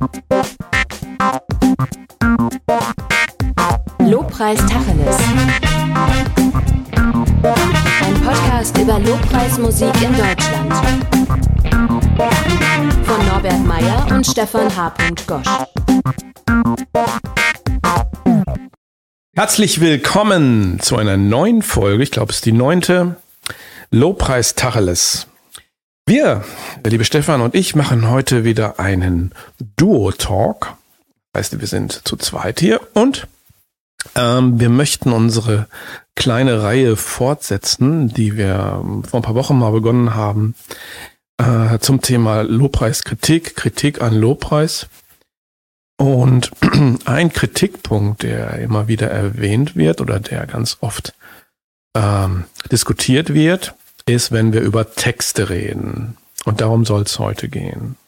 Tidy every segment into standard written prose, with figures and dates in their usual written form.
Lobpreis Tacheles. Ein Podcast über Lobpreismusik in Deutschland. Von Norbert Meyer und Stefan H. Gosch. Herzlich willkommen zu einer neuen Folge. Ich glaube, es ist die 9. Lobpreis Tacheles. Wir, der liebe Stefan und ich, machen heute wieder einen Duo-Talk. Das heißt, wir sind zu zweit hier und wir möchten unsere kleine Reihe fortsetzen, die wir vor ein paar Wochen mal begonnen haben, zum Thema Lobpreiskritik, Kritik an Lobpreis. Und ein Kritikpunkt, der immer wieder erwähnt wird oder der ganz oft diskutiert wird, ist, wenn wir über Texte reden. Und darum soll es heute gehen.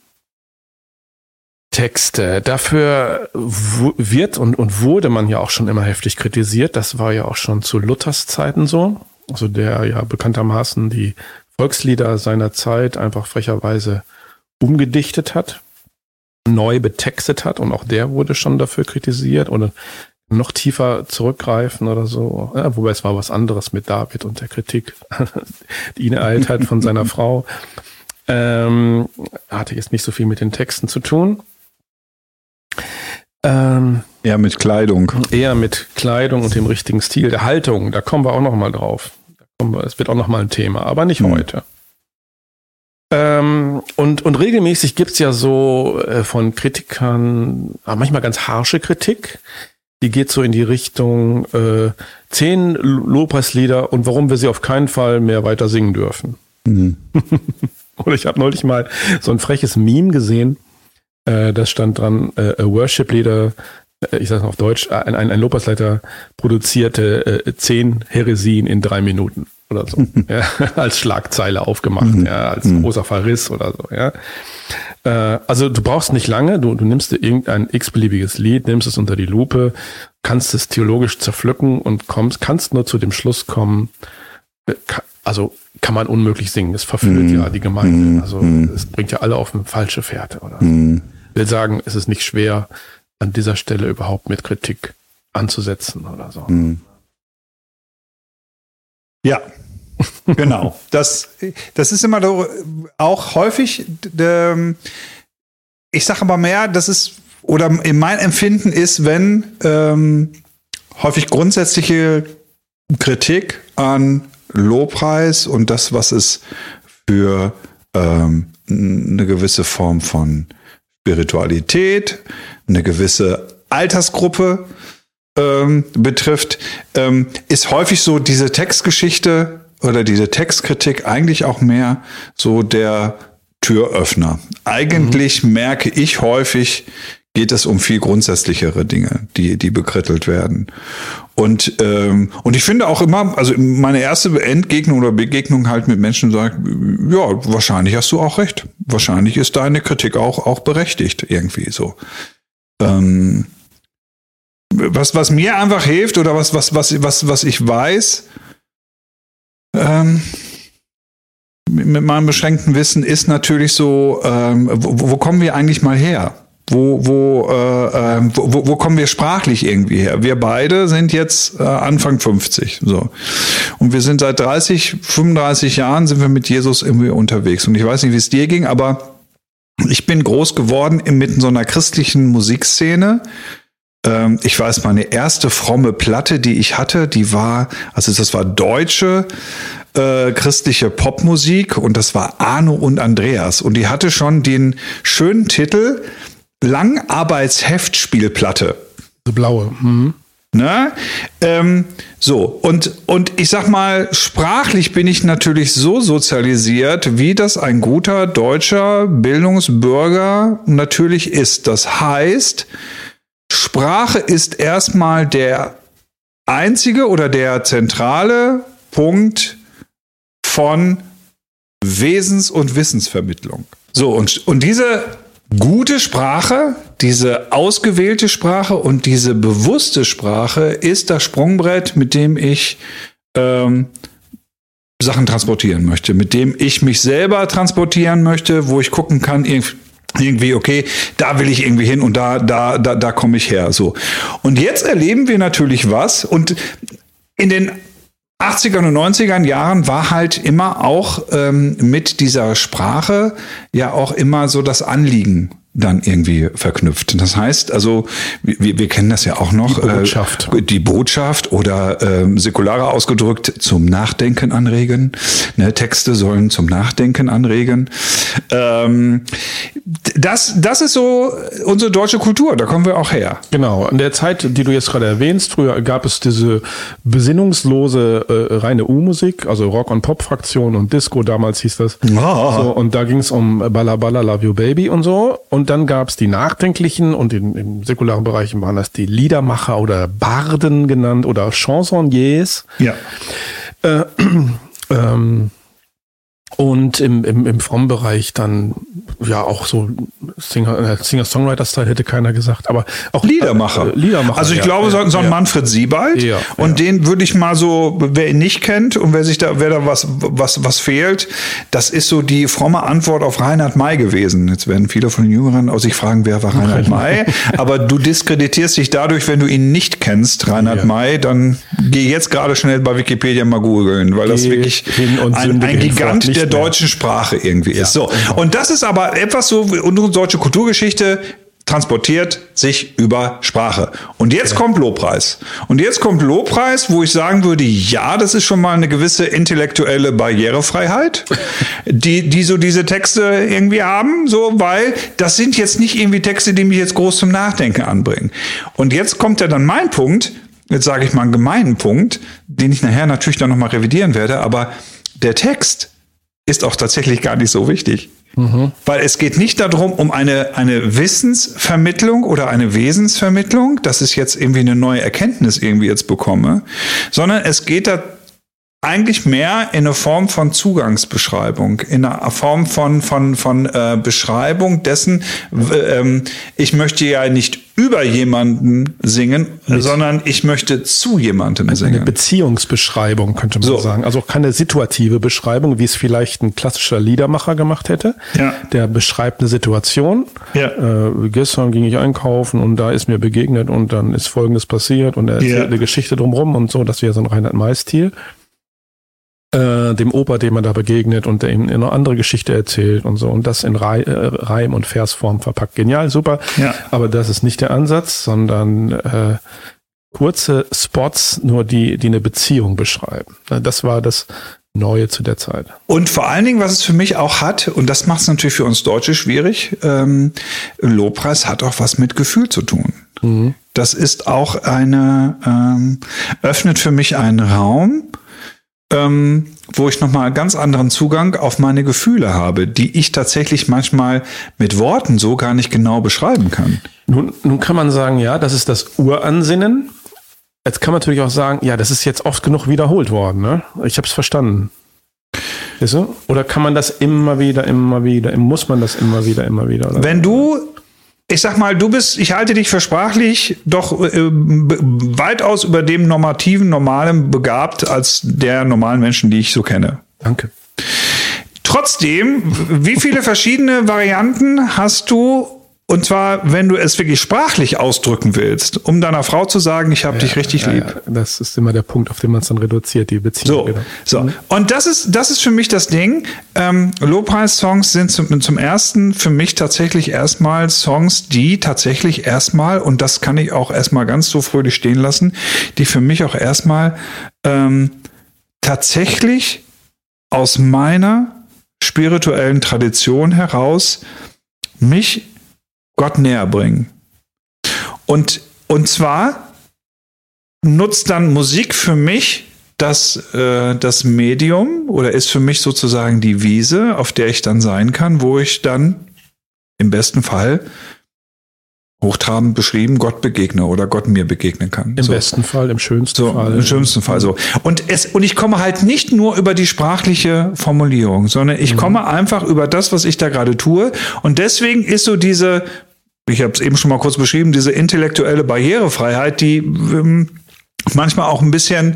Texte. Dafür wird und wurde man ja auch schon immer heftig kritisiert. Das war ja auch schon zu Luthers Zeiten so. Also der ja bekanntermaßen die Volkslieder seiner Zeit einfach frecherweise umgedichtet hat, neu betextet hat. Und auch der wurde schon dafür kritisiert oder noch tiefer zurückgreifen oder so. Ja, wobei es war was anderes mit David und der Kritik, die ihn ereilt hat von seiner Frau. Hatte jetzt nicht so viel mit den Texten zu tun. Eher mit Kleidung. Eher mit Kleidung und dem richtigen Stil, der Haltung. Da kommen wir auch noch mal drauf. Es wird auch noch mal ein Thema, aber nicht heute. Und regelmäßig gibt's ja so von Kritikern manchmal ganz harsche Kritik. Die geht so in die Richtung 10 Lobpreislieder und warum wir sie auf keinen Fall mehr weiter singen dürfen. Mhm. Oder ich habe neulich mal so ein freches Meme gesehen. Das stand dran, a Worship Leader, ich sage es auf Deutsch, ein Lobpreisleiter produzierte 10 Häresien in 3 Minuten oder so. Ja, als Schlagzeile aufgemacht, ja, als großer Verriss oder so. Ja. Also du brauchst nicht lange, du nimmst dir irgendein x-beliebiges Lied, nimmst es unter die Lupe, kannst es theologisch zerpflücken und kannst nur zu dem Schluss kommen, also kann man unmöglich singen. Es verführt ja die Gemeinde. Also es bringt ja alle auf eine falsche Fährte. Oder so. Ich will sagen, es ist nicht schwer, an dieser Stelle überhaupt mit Kritik anzusetzen oder so. Ja, genau. Das ist immer auch häufig, ich sage aber mehr, das ist, oder in meinem Empfinden ist, wenn häufig grundsätzliche Kritik an Lobpreis und das, was es für eine gewisse Form von Spiritualität, eine gewisse Altersgruppe betrifft, ist häufig so diese Textgeschichte oder diese Textkritik eigentlich auch mehr so der Türöffner. Eigentlich merke ich häufig, geht es um viel grundsätzlichere Dinge, die bekrittelt werden. Und ich finde auch immer, also meine erste Entgegnung oder Begegnung halt mit Menschen sagt, ja, wahrscheinlich hast du auch recht. Wahrscheinlich ist deine Kritik auch berechtigt, irgendwie so. Was mir einfach hilft oder was ich weiß, mit meinem beschränkten Wissen ist natürlich so, wo kommen wir eigentlich mal her? Wo kommen wir sprachlich irgendwie her? Wir beide sind jetzt Anfang 50, so. Und wir sind seit 35 Jahren sind wir mit Jesus irgendwie unterwegs. Und ich weiß nicht, wie es dir ging, aber ich bin groß geworden mit so einer christlichen Musikszene. Ich weiß, meine erste fromme Platte, die ich hatte, das war deutsche christliche Popmusik und das war Arno und Andreas. Und die hatte schon den schönen Titel Langarbeitsheftspielplatte. So blaue. Ne? So, und ich sag mal, sprachlich bin ich natürlich so sozialisiert, wie das ein guter deutscher Bildungsbürger natürlich ist. Das heißt, Sprache ist erstmal der einzige oder der zentrale Punkt von Wesens- und Wissensvermittlung. So, und diese gute Sprache, diese ausgewählte Sprache und diese bewusste Sprache ist das Sprungbrett, mit dem ich Sachen transportieren möchte, mit dem ich mich selber transportieren möchte, wo ich gucken kann, irgendwie, okay, da will ich irgendwie hin und da komme ich her. So. Und jetzt erleben wir natürlich was. Und in den 80er und 90er Jahren war halt immer auch mit dieser Sprache ja auch immer so das Anliegen dann irgendwie verknüpft. Das heißt, also wir kennen das ja auch noch. Die Botschaft oder säkularer ausgedrückt zum Nachdenken anregen. Ne, Texte sollen zum Nachdenken anregen. Das ist so unsere deutsche Kultur, da kommen wir auch her. Genau, in der Zeit, die du jetzt gerade erwähnst, früher gab es diese besinnungslose reine U-Musik, also Rock- und Pop-Fraktion und Disco, damals hieß das. So, und da ging es um Balla Balla, Love You Baby und so. Und dann gab es die Nachdenklichen und im säkularen Bereich waren das die Liedermacher oder Barden genannt oder Chansonniers. Ja. Und im frommen-Bereich dann ja auch so Singer-Songwriter-Style hätte keiner gesagt, aber auch Liedermacher. Also ich glaube, so ein Manfred Siebald. Ja, und den würde ich mal so, wer ihn nicht kennt und wer da was fehlt, das ist so die fromme Antwort auf Reinhard May gewesen. Jetzt werden viele von den Jüngeren sich fragen, wer war Reinhard May? Aber du diskreditierst dich dadurch, wenn du ihn nicht kennst, Reinhard May, dann geh jetzt gerade schnell bei Wikipedia mal googeln, weil das wirklich ein Gigant der deutschen Sprache irgendwie ist. So. Genau. Und das ist aber etwas so, unsere deutsche Kulturgeschichte transportiert sich über Sprache. Und jetzt kommt Lobpreis. Und jetzt kommt Lobpreis, wo ich sagen würde, ja, das ist schon mal eine gewisse intellektuelle Barrierefreiheit, die so diese Texte irgendwie haben, so, weil das sind jetzt nicht irgendwie Texte, die mich jetzt groß zum Nachdenken anbringen. Und jetzt kommt ja dann mein Punkt, jetzt sage ich mal einen gemeinen Punkt, den ich nachher natürlich dann nochmal revidieren werde, aber der Text ist auch tatsächlich gar nicht so wichtig. Weil es geht nicht darum, um eine Wissensvermittlung oder eine Wesensvermittlung, dass ich jetzt irgendwie eine neue Erkenntnis irgendwie jetzt bekomme, sondern es geht da eigentlich mehr in eine Form von Zugangsbeschreibung, in einer Form von Beschreibung dessen, ich möchte ja nicht über jemanden singen, sondern ich möchte zu jemandem singen. Eine Beziehungsbeschreibung, könnte man sagen. Also auch keine situative Beschreibung, wie es vielleicht ein klassischer Liedermacher gemacht hätte. Ja. Der beschreibt eine Situation. Ja. Gestern ging ich einkaufen und da ist mir begegnet und dann ist Folgendes passiert und er erzählt eine Geschichte drumherum und so. Das wäre so ein Reinhard May-Stil. Dem Opa, dem man da begegnet und der ihm eine andere Geschichte erzählt und so und das in Reim- und Versform verpackt. Genial, super. Ja. Aber das ist nicht der Ansatz, sondern kurze Spots, nur die eine Beziehung beschreiben. Das war das Neue zu der Zeit. Und vor allen Dingen, was es für mich auch hat, und das macht es natürlich für uns Deutsche schwierig, Lobpreis hat auch was mit Gefühl zu tun. Mhm. Das ist auch öffnet für mich einen Raum, wo ich nochmal einen ganz anderen Zugang auf meine Gefühle habe, die ich tatsächlich manchmal mit Worten so gar nicht genau beschreiben kann. Nun kann man sagen, ja, das ist das Uransinnen. Jetzt kann man natürlich auch sagen, ja, das ist jetzt oft genug wiederholt worden. Ne? Ich habe es verstanden. Weißt du? Oder kann man das immer wieder, muss man das immer wieder? Oder? Wenn du... Ich sag mal, ich halte dich für sprachlich doch weitaus über dem normativen, normalen begabt als der normalen Menschen, die ich so kenne. Danke. Trotzdem, wie viele verschiedene Varianten hast du, und zwar, wenn du es wirklich sprachlich ausdrücken willst, um deiner Frau zu sagen, ich habe dich richtig lieb. Ja, das ist immer der Punkt, auf den man es dann reduziert, die Beziehung. So. Und das ist für mich das Ding. Lobpreis-Songs sind zum ersten für mich tatsächlich erstmal Songs, die tatsächlich erstmal, und das kann ich auch erstmal ganz so fröhlich stehen lassen, die für mich auch erstmal tatsächlich aus meiner spirituellen Tradition heraus mich Gott näher bringen. Und zwar nutzt dann Musik für mich das Medium oder ist für mich sozusagen die Wiese, auf der ich dann sein kann, wo ich dann im besten Fall hochtrabend beschrieben Gott begegne oder Gott mir begegnen kann. Im besten Fall, im schönsten Fall. Im schönsten Fall so. Und ich komme halt nicht nur über die sprachliche Formulierung, sondern ich komme einfach über das, was ich da gerade tue. Und deswegen ist so ich habe es eben schon mal kurz beschrieben, diese intellektuelle Barrierefreiheit, die manchmal auch ein bisschen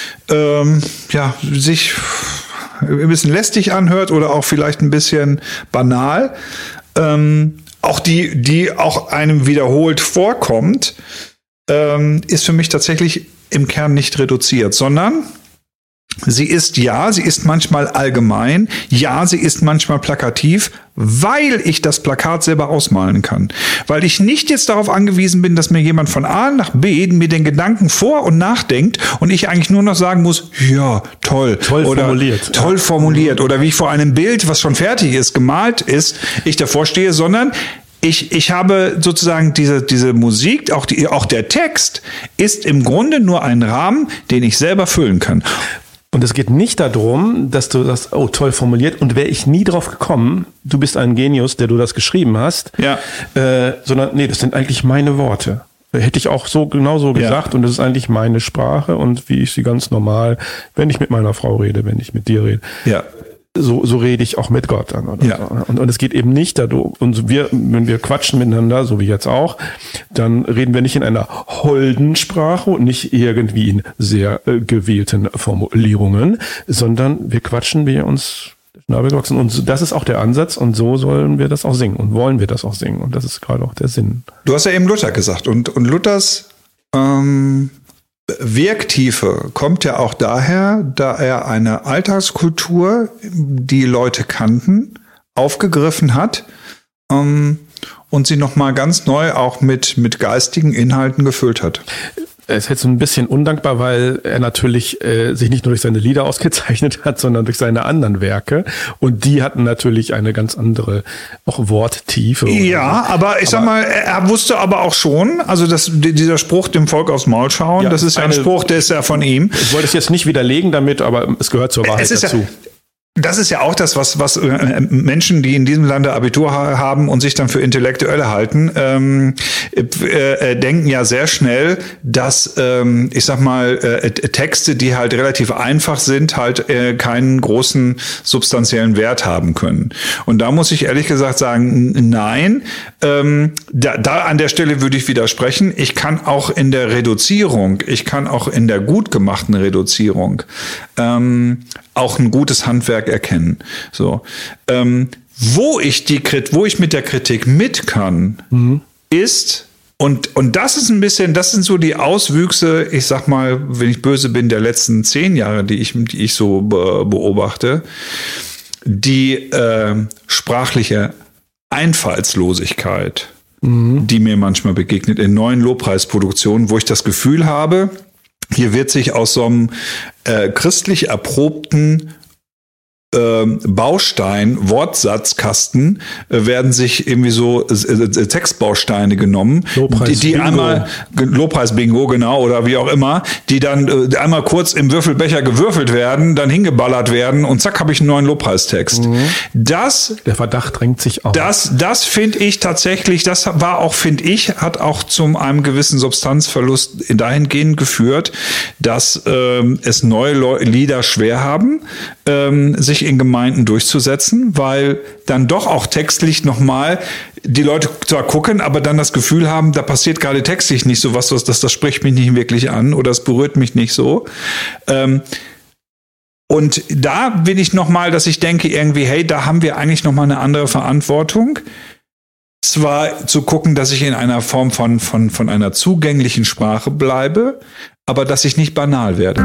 sich ein bisschen lästig anhört oder auch vielleicht ein bisschen banal. auch die auch einem wiederholt vorkommt, ist für mich tatsächlich im Kern nicht reduziert, sondern sie ist manchmal allgemein, sie ist manchmal plakativ, weil ich das Plakat selber ausmalen kann. Weil ich nicht jetzt darauf angewiesen bin, dass mir jemand von A nach B mir den Gedanken vor- und nachdenkt und ich eigentlich nur noch sagen muss, ja, toll oder formuliert. Toll formuliert. Oder wie ich vor einem Bild, was schon fertig ist, gemalt ist, ich davor stehe, sondern ich habe sozusagen diese Musik, auch der Text ist im Grunde nur ein Rahmen, den ich selber füllen kann. Und es geht nicht darum, dass du das, toll formuliert, und wäre ich nie drauf gekommen, du bist ein Genius, der du das geschrieben hast, sondern nee, das sind eigentlich meine Worte. Hätte ich auch genauso gesagt, und das ist eigentlich meine Sprache und wie ich sie ganz normal, wenn ich mit meiner Frau rede, wenn ich mit dir rede. Ja. So rede ich auch mit Gott dann. Oder so. Und es geht eben nicht darum, wenn wir quatschen miteinander, so wie jetzt auch, dann reden wir nicht in einer holden Sprache und nicht irgendwie in sehr gewählten Formulierungen, sondern wir quatschen, wie uns Schnabel wachsen. Und das ist auch der Ansatz, und so sollen wir das auch singen und wollen wir das auch singen. Und das ist gerade auch der Sinn. Du hast ja eben Luther gesagt, und Luthers Wirktiefe kommt ja auch daher, da er eine Alltagskultur, die Leute kannten, aufgegriffen hat und sie nochmal ganz neu auch mit geistigen Inhalten gefüllt hat. Es ist jetzt ein bisschen undankbar, weil er natürlich sich nicht nur durch seine Lieder ausgezeichnet hat, sondern durch seine anderen Werke. Und die hatten natürlich eine ganz andere auch Worttiefe. Ja, aber ich sag mal, er wusste aber auch schon, also dieser Spruch, dem Volk aufs Maul schauen, das ist ja ein Spruch, der ist ja von ihm. Ich wollte es jetzt nicht widerlegen damit, aber es gehört zur Wahrheit dazu. Das ist ja auch das, was Menschen, die in diesem Lande Abitur haben und sich dann für Intellektuelle halten, denken ja sehr schnell, dass, ich sag mal, Texte, die halt relativ einfach sind, halt keinen großen substanziellen Wert haben können. Und da muss ich ehrlich gesagt sagen, nein, da an der Stelle würde ich widersprechen. Ich kann auch in der Reduzierung, ich kann auch in der gut gemachten Reduzierung auch ein gutes Handwerk erkennen. So, wo ich mit der Kritik mit kann, ist, und das ist ein bisschen, das sind so die Auswüchse, ich sag mal, wenn ich böse bin, der letzten 10 Jahre, die ich so beobachte, die sprachliche Einfallslosigkeit, die mir manchmal begegnet in neuen Lobpreisproduktionen, wo ich das Gefühl habe, hier wird sich aus so einem christlich erprobten Baustein-Wortsatzkasten werden sich irgendwie so Textbausteine genommen, die einmal Lobpreis-Bingo, genau, oder wie auch immer, die dann einmal kurz im Würfelbecher gewürfelt werden, dann hingeballert werden und zack, habe ich einen neuen Lobpreistext. Der Verdacht drängt sich auf. Das finde ich tatsächlich, hat auch zu einem gewissen Substanzverlust dahingehend geführt, dass es neue Lieder schwer haben, sich in Gemeinden durchzusetzen, weil dann doch auch textlich nochmal die Leute zwar gucken, aber dann das Gefühl haben, da passiert gerade textlich nicht so was, das spricht mich nicht wirklich an oder es berührt mich nicht so. Und da bin ich nochmal, dass ich denke irgendwie, hey, da haben wir eigentlich nochmal eine andere Verantwortung. Zwar zu gucken, dass ich in einer Form von einer zugänglichen Sprache bleibe, aber dass ich nicht banal werde.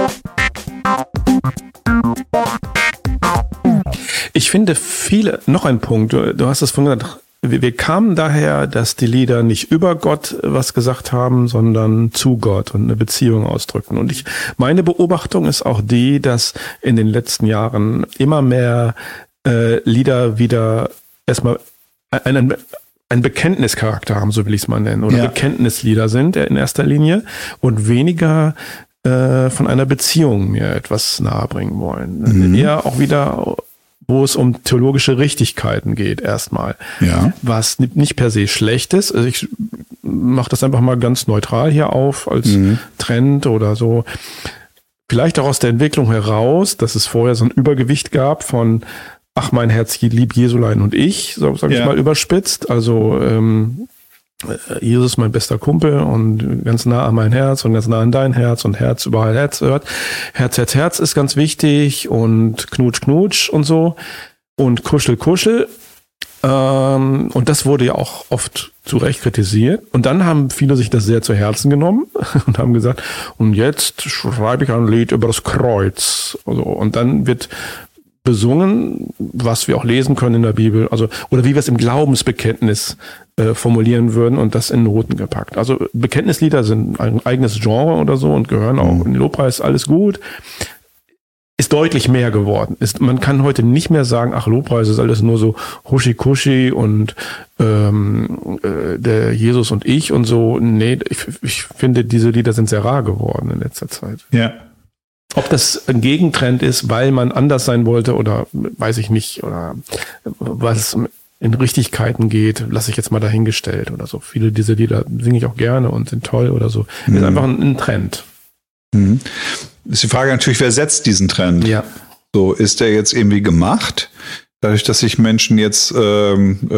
Ich finde noch ein Punkt, du hast es vorhin gesagt, wir kamen daher, dass die Lieder nicht über Gott was gesagt haben, sondern zu Gott und eine Beziehung ausdrückten. Und meine Beobachtung ist auch die, dass in den letzten Jahren immer mehr Lieder wieder erstmal einen Bekenntnischarakter haben, so will ich es mal nennen, oder Bekenntnislieder sind in erster Linie und weniger von einer Beziehung mir etwas nahebringen wollen. Eher auch wieder, wo es um theologische Richtigkeiten geht erstmal. Ja. Was nicht per se schlecht ist. Also ich mache das einfach mal ganz neutral hier auf als Trend oder so. Vielleicht auch aus der Entwicklung heraus, dass es vorher so ein Übergewicht gab von ach, mein Herz liebt Jesulein und ich, sag ich mal überspitzt. Also Jesus mein bester Kumpel und ganz nah an mein Herz und ganz nah an dein Herz und Herz überall Herz hört. Herz ist ganz wichtig und Knutsch und so und Kuschel. Und das wurde ja auch oft zu Recht kritisiert. Und dann haben viele sich das sehr zu Herzen genommen und haben gesagt, und jetzt schreibe ich ein Lied über das Kreuz. Also, und dann wird besungen, was wir auch lesen können in der Bibel, also oder wie wir es im Glaubensbekenntnis formulieren würden und das in Noten gepackt. Also Bekenntnislieder sind ein eigenes Genre oder so und gehören auch in den Lobpreis, alles gut. Ist deutlich mehr geworden. Man kann heute nicht mehr sagen, ach, Lobpreis ist alles nur so Huschi-Kuschi und der Jesus und ich und so. Nee, ich finde, diese Lieder sind sehr rar geworden in letzter Zeit. Ja. Ob das ein Gegentrend ist, weil man anders sein wollte oder weiß ich nicht, oder was in Richtigkeiten geht, lasse ich jetzt mal dahingestellt oder so. Viele dieser Lieder singe ich auch gerne und sind toll oder so. Ist einfach ein Trend. Ist die Frage natürlich, wer setzt diesen Trend? Ja. So, ist der jetzt irgendwie gemacht? Dadurch, dass sich Menschen jetzt bei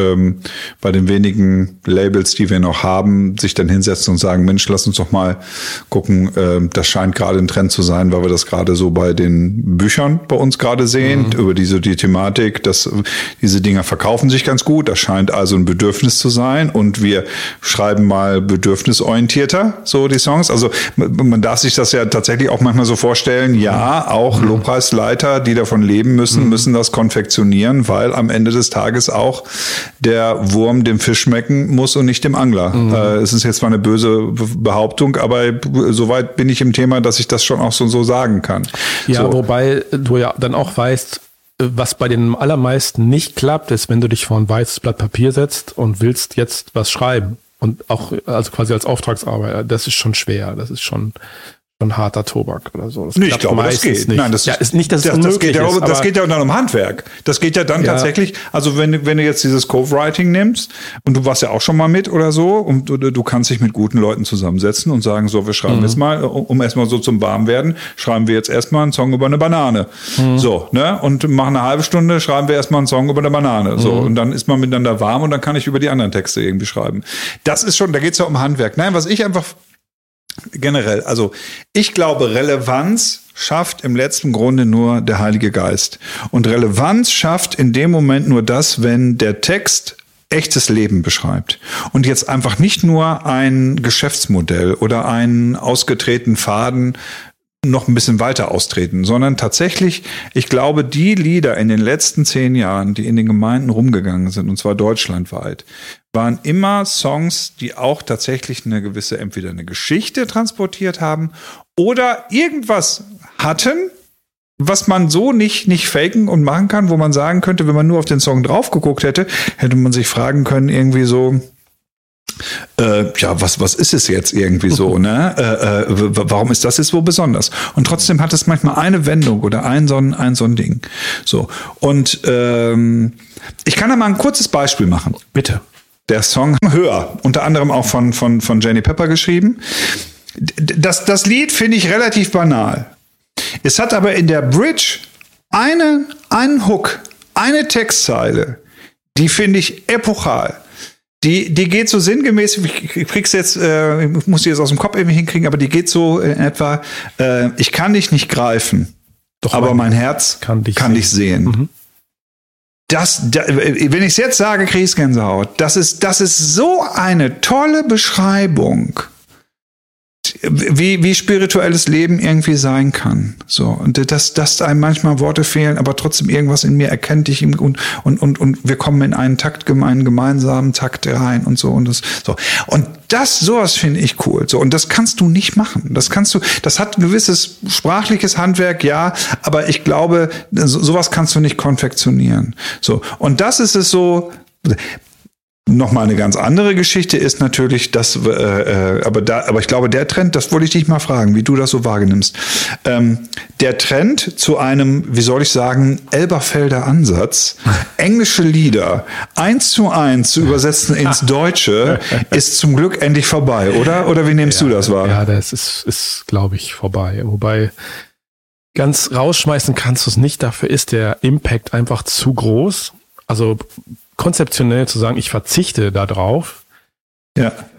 den wenigen Labels, die wir noch haben, sich dann hinsetzen und sagen, Mensch, lass uns doch mal gucken, das scheint gerade ein Trend zu sein, weil wir das gerade so bei den Büchern bei uns gerade sehen, über die Thematik, dass diese Dinger verkaufen sich ganz gut, das scheint also ein Bedürfnis zu sein und wir schreiben mal bedürfnisorientierter, so die Songs. Also man darf sich das ja tatsächlich auch manchmal so vorstellen, ja, auch Lobpreisleiter, die davon leben müssen das konfektionieren, weil am Ende des Tages auch der Wurm dem Fisch schmecken muss und nicht dem Angler. Es ist jetzt zwar eine böse Behauptung, aber soweit bin ich im Thema, dass ich das schon auch so sagen kann. Ja, so. Wobei du ja dann auch weißt, was bei den allermeisten nicht klappt, ist, wenn du dich vor ein weißes Blatt Papier setzt und willst jetzt was schreiben. Und auch, also quasi als Auftragsarbeiter, das ist schon schwer, das ist schon harter Tobak oder so. Das ich glaube, das geht. Nicht. Nein, das ist nicht, dass es das unmöglich geht ja, ist. das geht ja dann um Handwerk. Das geht ja dann tatsächlich, also wenn du jetzt dieses Cove-Writing nimmst und du warst ja auch schon mal mit oder so und du kannst dich mit guten Leuten zusammensetzen und sagen, so, wir schreiben jetzt mal, um erstmal so zum Warmwerden, schreiben wir jetzt erstmal einen Song über eine Banane. So, ne? Und machen eine halbe Stunde, schreiben wir erstmal einen Song über eine Banane. So, und dann ist man miteinander warm und dann kann ich über die anderen Texte irgendwie schreiben. Das ist schon, da geht's ja um Handwerk. Nein, was ich einfach generell, also ich glaube, Relevanz schafft im letzten Grunde nur der Heilige Geist. Und Relevanz schafft in dem Moment nur das, wenn der Text echtes Leben beschreibt. Und jetzt einfach nicht nur ein Geschäftsmodell oder einen ausgetretenen Faden noch ein bisschen weiter austreten, sondern tatsächlich, ich glaube, die Lieder in den letzten 10 Jahren, die in den Gemeinden rumgegangen sind, und zwar deutschlandweit, waren immer Songs, die auch tatsächlich entweder eine Geschichte transportiert haben oder irgendwas hatten, was man so nicht faken und machen kann, wo man sagen könnte, wenn man nur auf den Song drauf geguckt hätte, hätte man sich fragen können, irgendwie so, was ist es jetzt irgendwie so, ne? Warum ist das jetzt so besonders? Und trotzdem hat es manchmal eine Wendung oder ein so ein Ding. So. Und ich kann da mal ein kurzes Beispiel machen. Bitte. Der Song Höher, unter anderem auch von Jenny Pepper geschrieben. Das Lied finde ich relativ banal. Es hat aber in der Bridge einen Hook, eine Textzeile, die finde ich epochal. Die geht so sinngemäß, ich krieg's jetzt, ich muss die jetzt aus dem Kopf irgendwie hinkriegen, aber die geht so in etwa, ich kann dich nicht greifen, doch aber mein Herz kann dich sehen. Wenn ich es jetzt sage, kriege ich Gänsehaut. Das ist so eine tolle Beschreibung, wie spirituelles Leben irgendwie sein kann. So. Und dass einem manchmal Worte fehlen, aber trotzdem irgendwas in mir erkennt dich und wir kommen in einen gemeinsamen Takt rein und so und das, so. Und sowas finde ich cool. So. Und das kannst du nicht machen. Das hat ein gewisses sprachliches Handwerk, ja, aber ich glaube, sowas kannst du nicht konfektionieren. So. Und das ist es so. Nochmal eine ganz andere Geschichte ist natürlich, aber ich glaube, der Trend, das wollte ich dich mal fragen, wie du das so wahrnimmst. Der Trend zu einem, wie soll ich sagen, Elberfelder Ansatz, englische Lieder 1:1 zu übersetzen ins Deutsche, ist zum Glück endlich vorbei, oder? Oder wie nimmst du das wahr? Ja, das ist glaube ich, vorbei. Wobei, ganz rausschmeißen kannst du es nicht, dafür ist der Impact einfach zu groß. Also konzeptionell zu sagen, ich verzichte da drauf,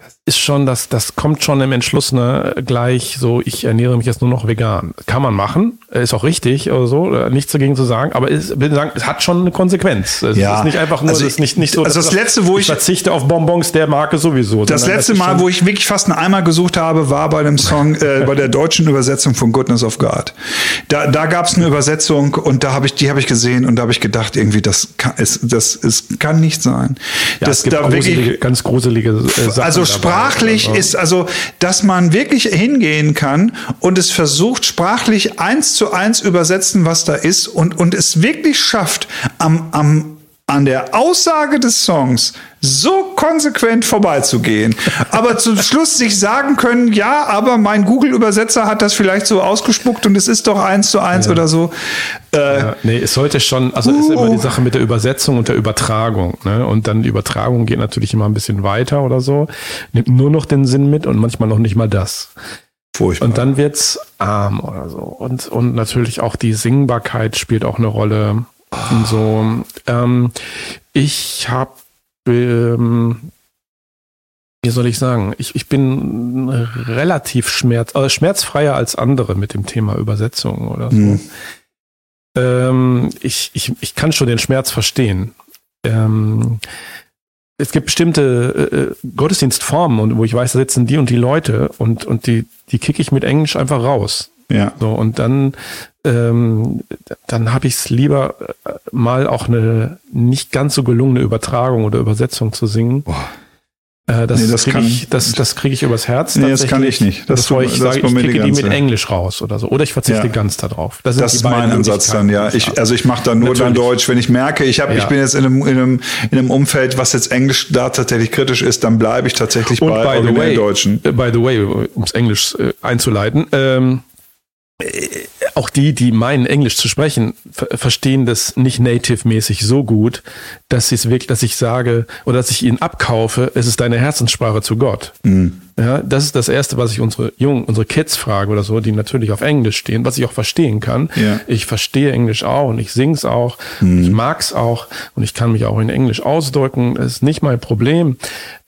ist schon, das kommt schon im Entschluss, ne, gleich so, ich ernähre mich jetzt nur noch vegan. Kann man machen, ist auch richtig oder so, nichts dagegen zu sagen, aber es hat schon eine Konsequenz. Es ist nicht einfach nur, also es ist nicht so, also das letzte, wo ich verzichte auf Bonbons der Marke sowieso. Das letzte Mal, wo ich wirklich fast einen Eimer gesucht habe, war bei dem Song, bei der deutschen Übersetzung von Goodness of God. Da gab es eine Übersetzung und die habe ich gesehen und da habe ich gedacht, irgendwie, das kann nicht sein. Ja, es gibt ganz gruselige Sachen. Also sprachlich ist, also, dass man wirklich hingehen kann und es versucht, sprachlich 1:1 übersetzen, was da ist und es wirklich schafft, an der Aussage des Songs so konsequent vorbeizugehen, aber zum Schluss sich sagen können, ja, aber mein Google-Übersetzer hat das vielleicht so ausgespuckt und es ist doch 1:1 oder so. Nee, es sollte schon, also es ist immer die Sache mit der Übersetzung und der Übertragung, ne? Und dann die Übertragung geht natürlich immer ein bisschen weiter oder so, nimmt nur noch den Sinn mit und manchmal noch nicht mal das. Furchtbar. Und dann wird's arm oder so. Und natürlich auch die Singbarkeit spielt auch eine Rolle. Und so, ich habe, wie soll ich sagen, ich bin relativ schmerzfreier als andere mit dem Thema Übersetzung oder so. Ich kann schon den Schmerz verstehen. Es gibt bestimmte Gottesdienstformen, und wo ich weiß, da sitzen die und die Leute und die kicke ich mit Englisch einfach raus. Ja. So, und dann habe ich es lieber mal auch eine nicht ganz so gelungene Übertragung oder Übersetzung zu singen. Boah. Das kriege ich übers Herz. Nee, das kann ich nicht. Bevor ich sage, ich kicke die mit Englisch raus oder so. Oder ich verzichte ganz darauf. Das ist mein Ansatz dann, ja. Ich mache dann nur dann Deutsch. Wenn ich merke, ich bin jetzt in einem Umfeld, was jetzt Englisch da tatsächlich kritisch ist, dann bleibe ich tatsächlich bei Originaldeutschen. By the way, ums Englisch einzuleiten, auch die meinen, Englisch zu sprechen, verstehen das nicht native-mäßig so gut, dass sie es wirklich, dass ich sage oder dass ich ihnen abkaufe, es ist deine Herzenssprache zu Gott. Mhm. Ja, das ist das Erste, was ich unsere Kids frage oder so, die natürlich auf Englisch stehen, was ich auch verstehen kann. Ja. Ich verstehe Englisch auch und ich sing's auch, ich mag's auch und ich kann mich auch in Englisch ausdrücken, das ist nicht mein Problem.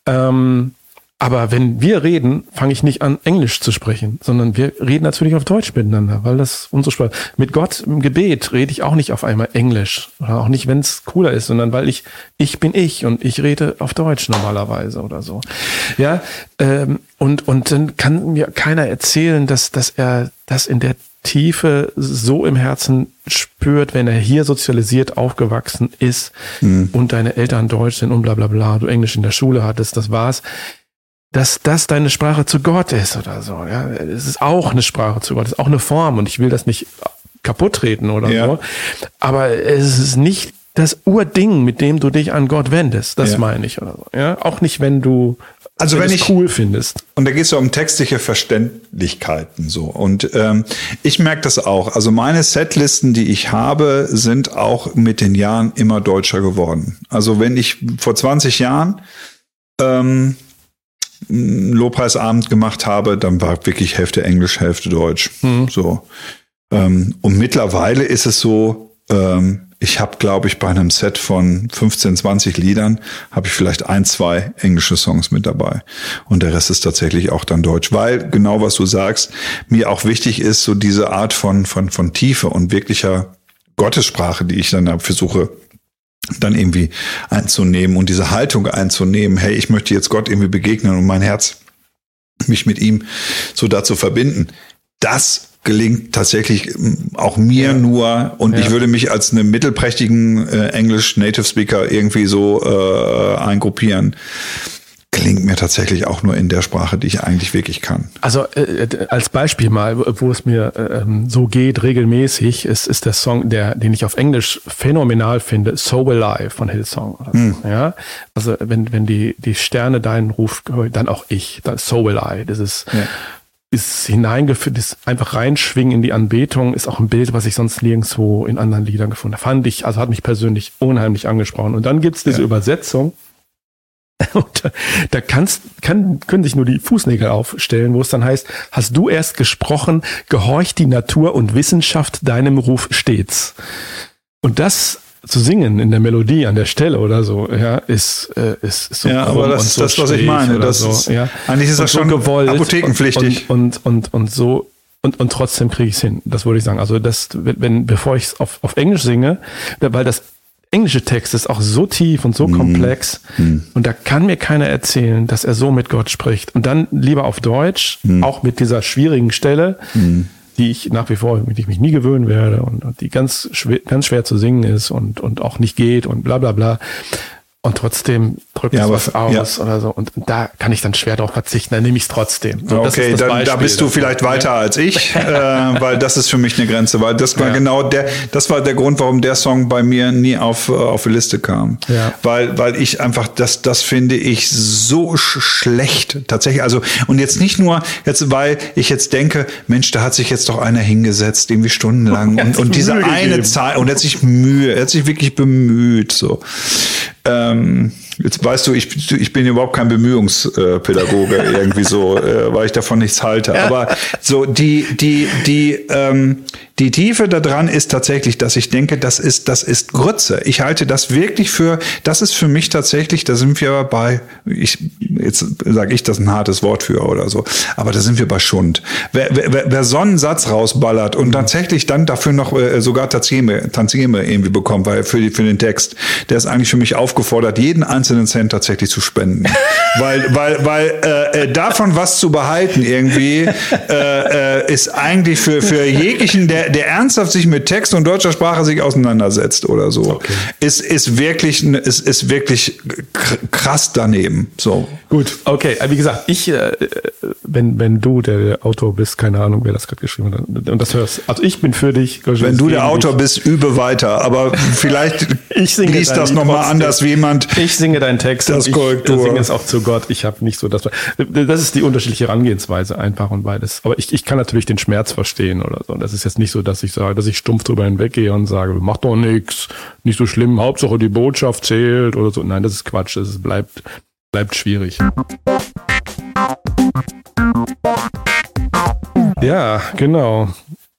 Aber wenn wir reden, fange ich nicht an, Englisch zu sprechen, sondern wir reden natürlich auf Deutsch miteinander, weil das unsere Sprache. Mit Gott im Gebet rede ich auch nicht auf einmal Englisch oder auch nicht, wenn es cooler ist, sondern weil ich bin ich und ich rede auf Deutsch normalerweise oder so. Ja, und dann kann mir keiner erzählen, dass er das in der Tiefe so im Herzen spürt, wenn er hier sozialisiert aufgewachsen ist und deine Eltern Deutsch sind und bla bla bla, du Englisch in der Schule hattest, das war's. Dass das deine Sprache zu Gott ist oder so. Ja, es ist auch eine Sprache zu Gott, es ist auch eine Form und ich will das nicht kaputt treten oder so. Aber es ist nicht das Urding, mit dem du dich an Gott wendest. Das meine ich oder so. Ja, auch nicht, wenn du es cool findest. Und da geht es ja um textliche Verständlichkeiten so. Und ich merke das auch. Also meine Setlisten, die ich habe, sind auch mit den Jahren immer deutscher geworden. Also wenn ich vor 20 Jahren Lobpreisabend gemacht habe, dann war wirklich Hälfte Englisch, Hälfte Deutsch. So. Und mittlerweile ist es so, ich habe, glaube ich, bei einem Set von 15, 20 Liedern habe ich vielleicht 1, 2 englische Songs mit dabei. Und der Rest ist tatsächlich auch dann Deutsch. Weil, genau was du sagst, mir auch wichtig ist, so diese Art von Tiefe und wirklicher Gottessprache, die ich dann versuche dann irgendwie einzunehmen und diese Haltung einzunehmen, hey, ich möchte jetzt Gott irgendwie begegnen und mein Herz, mich mit ihm so dazu verbinden. Das gelingt tatsächlich auch mir nur und ich würde mich als einen mittelprächtigen English-Native-Speaker irgendwie so eingruppieren. Gelingt mir tatsächlich auch nur in der Sprache, die ich eigentlich wirklich kann. Also als Beispiel mal, wo es mir so geht regelmäßig, ist der Song, den ich auf Englisch phänomenal finde, So Will I von Hillsong. Oder so. Ja? Also wenn die Sterne deinen Ruf hören, dann auch ich, dann So Will I. Das ist hineingeführt, ist einfach reinschwingen in die Anbetung, ist auch ein Bild, was ich sonst nirgendwo in anderen Liedern gefunden habe. Hat mich persönlich unheimlich angesprochen. Und dann gibt's diese Übersetzung. Und da können sich nur die Fußnägel aufstellen, wo es dann heißt, hast du erst gesprochen, gehorcht die Natur und Wissenschaft deinem Ruf stets. Und das zu singen in der Melodie an der Stelle oder so, ja, ist so. Ja, aber das ist so das, was ich meine. Das so, ist, ja. Eigentlich ist das so schon gewollt apothekenpflichtig. Und so. Und trotzdem kriege ich es hin. Das würde ich sagen. Also bevor ich es auf Englisch singe, weil das englische Text ist auch so tief und so komplex und da kann mir keiner erzählen, dass er so mit Gott spricht. Und dann lieber auf Deutsch, auch mit dieser schwierigen Stelle, die ich nach wie vor, mit der ich mich nie gewöhnen werde und die ganz schwer zu singen ist und auch nicht geht und bla bla bla. Und trotzdem drückt es was aus oder so. Und da kann ich dann schwer darauf verzichten, dann nehme ich es trotzdem. So, okay, da bist du vielleicht weiter als ich, weil das ist für mich eine Grenze. Weil das war das war der Grund, warum der Song bei mir nie auf die Liste kam. Ja. Weil ich einfach, das finde ich so schlecht tatsächlich. Also, und jetzt nicht nur, weil ich jetzt denke, Mensch, da hat sich jetzt doch einer hingesetzt, irgendwie stundenlang und diese eine Zeit, und er hat sich wirklich bemüht, so. Jetzt weißt du, ich bin überhaupt kein Bemühungspädagoge irgendwie so, weil ich davon nichts halte. Ja. Aber so die Tiefe da dran ist tatsächlich, dass ich denke, das ist Grütze. Ich halte das wirklich das ist für mich tatsächlich, da sind wir bei, jetzt sage ich das ein hartes Wort für oder so, aber da sind wir bei Schund. Wer so einen Satz rausballert und tatsächlich dann dafür noch sogar Tantieme irgendwie bekommt, weil für den Text, der ist eigentlich für mich aufgefordert, jeden einzelnen Cent tatsächlich zu spenden. weil davon was zu behalten irgendwie ist eigentlich für jeglichen, der ernsthaft sich mit Text und deutscher Sprache sich auseinandersetzt oder so, okay. ist wirklich krass daneben. So. Gut, okay. Wie gesagt, wenn du der Autor bist, keine Ahnung, wer das gerade geschrieben hat, und das hörst, also ich bin für dich. Wenn du der Autor bist, übe weiter, aber vielleicht liest das nochmal anders wie jemand. Ich singe deinen Text und ich singe es auch zu Gott. Ich habe nicht so das ist die unterschiedliche Herangehensweise einfach und beides. Aber ich kann natürlich den Schmerz verstehen oder so. Und das ist jetzt nicht so, dass ich sage, dass ich stumpf drüber hinweggehe und sage, mach doch nichts, nicht so schlimm, Hauptsache die Botschaft zählt oder so. Nein, das ist Quatsch, das bleibt schwierig. Ja, genau.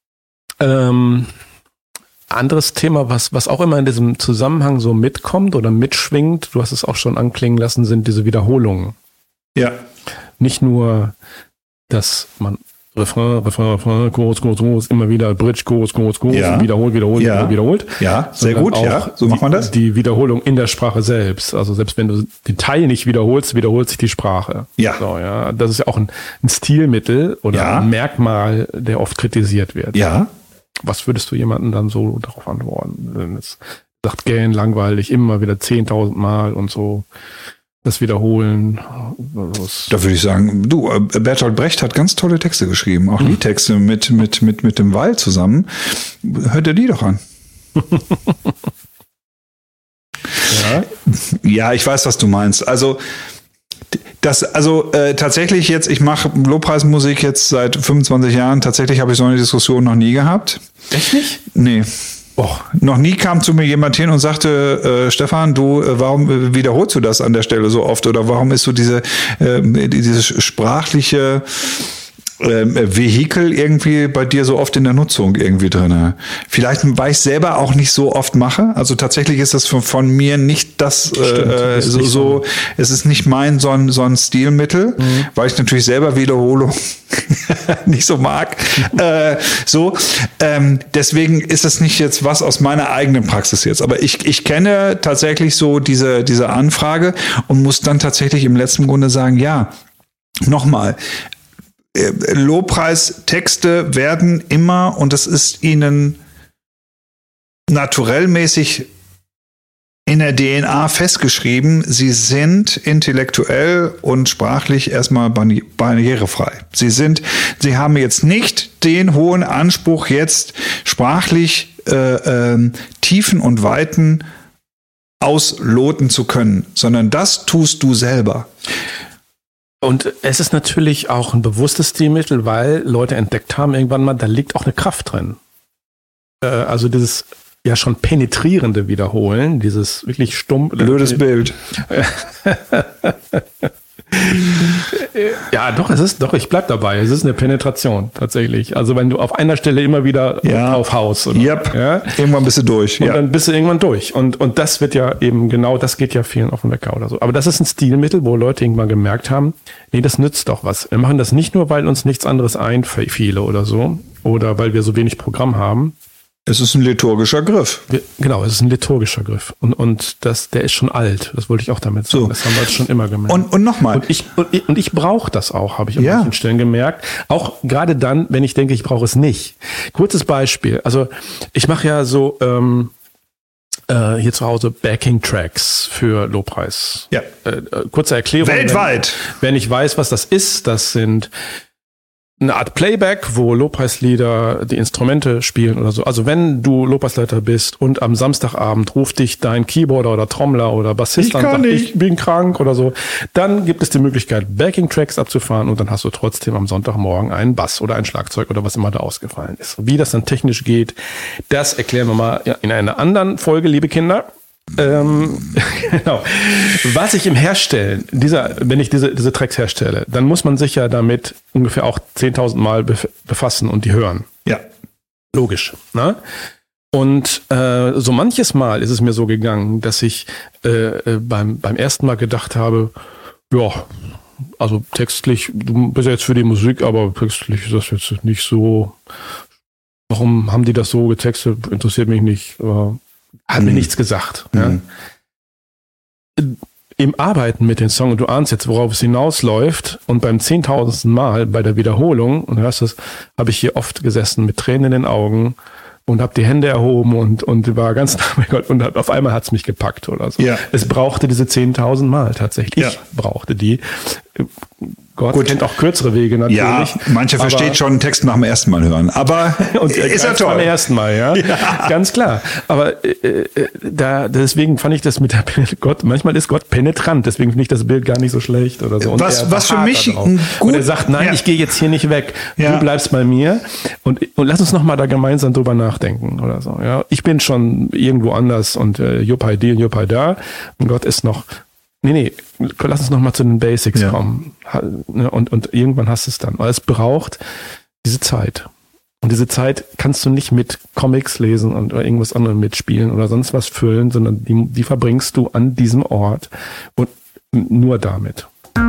Anderes Thema, was auch immer in diesem Zusammenhang so mitkommt oder mitschwingt, du hast es auch schon anklingen lassen, sind diese Wiederholungen. Ja. Nicht nur, dass man Refrain, Chorus, immer wieder Bridge, Chorus, ja. wiederholt. Ja, sehr gut, ja, so macht man das. Die Wiederholung in der Sprache selbst. Also selbst wenn du den Teil nicht wiederholst, wiederholt sich die Sprache. Ja. So, ja. Das ist ja auch ein Stilmittel oder ein Merkmal, der oft kritisiert wird. Ja. Was würdest du jemanden dann so darauf antworten? Wenn es sagt, gähn, langweilig, immer wieder 10.000 Mal und so. Das Wiederholen. Da würde ich sagen, Bertolt Brecht hat ganz tolle Texte geschrieben, auch Liedtexte mit dem Weil zusammen. Hört ihr die doch an. Ja, ich weiß, was du meinst. Tatsächlich jetzt, ich mache Lobpreismusik jetzt seit 25 Jahren. Tatsächlich habe ich so eine Diskussion noch nie gehabt. Echt nicht? Nee. Noch nie kam zu mir jemand hin und sagte, Stefan, warum wiederholst du das an der Stelle so oft? Oder warum ist so diese sprachliche Vehikel irgendwie bei dir so oft in der Nutzung irgendwie drin? Vielleicht, weil ich selber auch nicht so oft mache. Also tatsächlich ist das von mir nicht das so. Es ist nicht mein so ein Stilmittel, weil ich natürlich selber Wiederholung nicht so mag. Deswegen ist es nicht jetzt was aus meiner eigenen Praxis jetzt. Aber ich kenne tatsächlich so diese Anfrage und muss dann tatsächlich im letzten Grunde sagen, ja, nochmal, Lobpreistexte werden immer, und das ist ihnen naturellmäßig in der DNA festgeschrieben, sie sind intellektuell und sprachlich erstmal barrierefrei. Sie haben jetzt nicht den hohen Anspruch, jetzt sprachlich Tiefen und Weiten ausloten zu können, sondern das tust du selber. Und es ist natürlich auch ein bewusstes Stilmittel, weil Leute entdeckt haben irgendwann mal, da liegt auch eine Kraft drin. Also dieses ja schon penetrierende Wiederholen, dieses wirklich stumpf. Blödes Bild. Ja, ich bleib dabei. Es ist eine Penetration, tatsächlich. Also wenn du auf einer Stelle immer wieder draufhaust. Yep. Ja? Irgendwann bist du durch. Und dann bist du irgendwann durch. Und das wird ja eben genau, das geht ja vielen auf den Wecker oder so. Aber das ist ein Stilmittel, wo Leute irgendwann gemerkt haben, nee, das nützt doch was. Wir machen das nicht nur, weil uns nichts anderes einfiele oder so. Oder weil wir so wenig Programm haben. Es ist ein liturgischer Griff. Genau, es ist ein liturgischer Griff. Und der ist schon alt. Das wollte ich auch damit sagen. So. Das haben wir jetzt schon immer gemerkt. Und nochmal. Und ich brauche das auch, habe ich an manchen Stellen gemerkt. Auch gerade dann, wenn ich denke, ich brauche es nicht. Kurzes Beispiel. Also ich mache ja so hier zu Hause Backing-Tracks für Lobpreis. Ja. Kurze Erklärung. Weltweit. Wenn ich weiß, was das ist, das sind eine Art Playback, wo Lobpreislieder die Instrumente spielen oder so. Also wenn du Lobpreisleiter bist und am Samstagabend ruft dich dein Keyboarder oder Trommler oder Bassist an und sagt, ich bin krank oder so, dann gibt es die Möglichkeit, Backing-Tracks abzufahren und dann hast du trotzdem am Sonntagmorgen einen Bass oder ein Schlagzeug oder was immer da ausgefallen ist. Wie das dann technisch geht, das erklären wir mal in einer anderen Folge, liebe Kinder. Genau. Was ich im Herstellen wenn ich diese Tracks herstelle, dann muss man sich ja damit ungefähr auch 10.000 Mal befassen und die hören. Ja. Logisch. Ne? Und so manches Mal ist es mir so gegangen, dass ich beim ersten Mal gedacht habe, ja, also textlich, du bist ja jetzt für die Musik, aber textlich ist das jetzt nicht so, warum haben die das so getextet, interessiert mich nicht, hat mir nichts gesagt. Ja. Im Arbeiten mit den Song, und du ahnst jetzt, worauf es hinausläuft, und beim 10.000. Mal bei der Wiederholung, und hörst es, habe ich hier oft gesessen mit Tränen in den Augen und habe die Hände erhoben und war ganz nah bei Gott und auf einmal hat es mich gepackt oder so. Ja. Es brauchte diese 10.000 Mal tatsächlich. Ich brauchte die. Gott kennt auch kürzere Wege natürlich. Ja, manche versteht schon einen Text nach dem ersten Mal hören, aber und ist ja toll. Beim ersten Mal, ja, ganz klar. Aber deswegen fand ich das mit der Gott, manchmal ist Gott penetrant, deswegen finde ich das Bild gar nicht so schlecht oder so. Und was für mich gut, und er sagt, nein, ich gehe jetzt hier nicht weg, du bleibst bei mir und lass uns noch mal da gemeinsam drüber nachdenken oder so. Ja, ich bin schon irgendwo anders und Juppei die und Juppei da und Gott ist noch. Nee, lass uns noch mal zu den Basics kommen. Und irgendwann hast du es dann. Weil es braucht diese Zeit. Und diese Zeit kannst du nicht mit Comics lesen oder irgendwas anderem mitspielen oder sonst was füllen, sondern die verbringst du an diesem Ort und nur damit.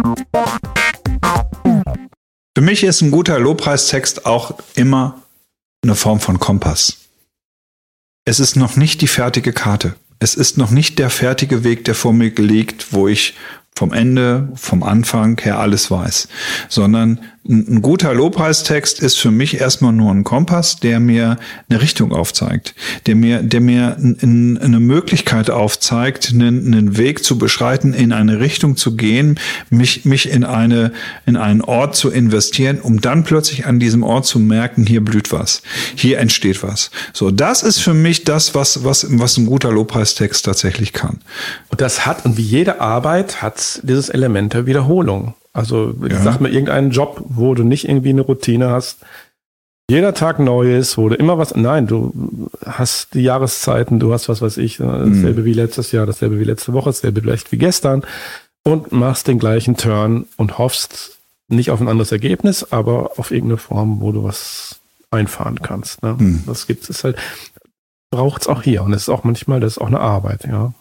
Für mich ist ein guter Lobpreistext auch immer eine Form von Kompass. Es ist noch nicht die fertige Karte. Es ist noch nicht der fertige Weg, der vor mir liegt, wo ich vom Ende, vom Anfang her alles weiß, sondern ein guter Lobpreistext ist für mich erstmal nur ein Kompass, der mir eine Richtung aufzeigt, der mir eine Möglichkeit aufzeigt, einen Weg zu beschreiten, in eine Richtung zu gehen, mich in einen Ort zu investieren, um dann plötzlich an diesem Ort zu merken, hier blüht was, hier entsteht was. So, das ist für mich das, was ein guter Lobpreistext tatsächlich kann. Und das hat, und wie jede Arbeit, hat dieses Element der Wiederholung. Also sag mir irgendeinen Job, wo du nicht irgendwie eine Routine hast. Jeder Tag neu ist, wo du immer was. Nein, du hast die Jahreszeiten, du hast was weiß ich, dasselbe wie letztes Jahr, dasselbe wie letzte Woche, dasselbe vielleicht wie gestern und machst den gleichen Turn und hoffst nicht auf ein anderes Ergebnis, aber auf irgendeine Form, wo du was einfahren kannst. Ne? Das gibt es halt, braucht es auch hier und es ist auch manchmal, das ist auch eine Arbeit, ja.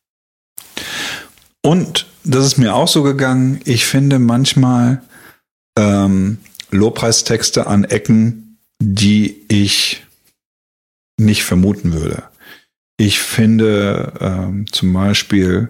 Und das ist mir auch so gegangen, ich finde manchmal Lobpreistexte an Ecken, die ich nicht vermuten würde. Ich finde zum Beispiel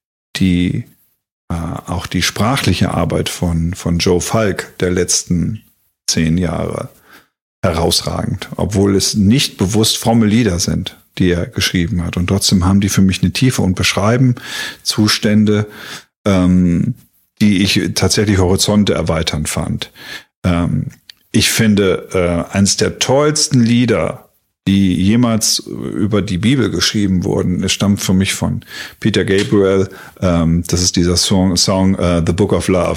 auch die sprachliche Arbeit von Joe Falk der letzten 10 Jahre herausragend, obwohl es nicht bewusst fromme Lieder sind, die er geschrieben hat. Und trotzdem haben die für mich eine Tiefe und beschreiben Zustände, die ich tatsächlich Horizonte erweitern fand. Ich finde, eines der tollsten Lieder, die jemals über die Bibel geschrieben wurden, es stammt für mich von Peter Gabriel. Das ist dieser Song The Book of Love.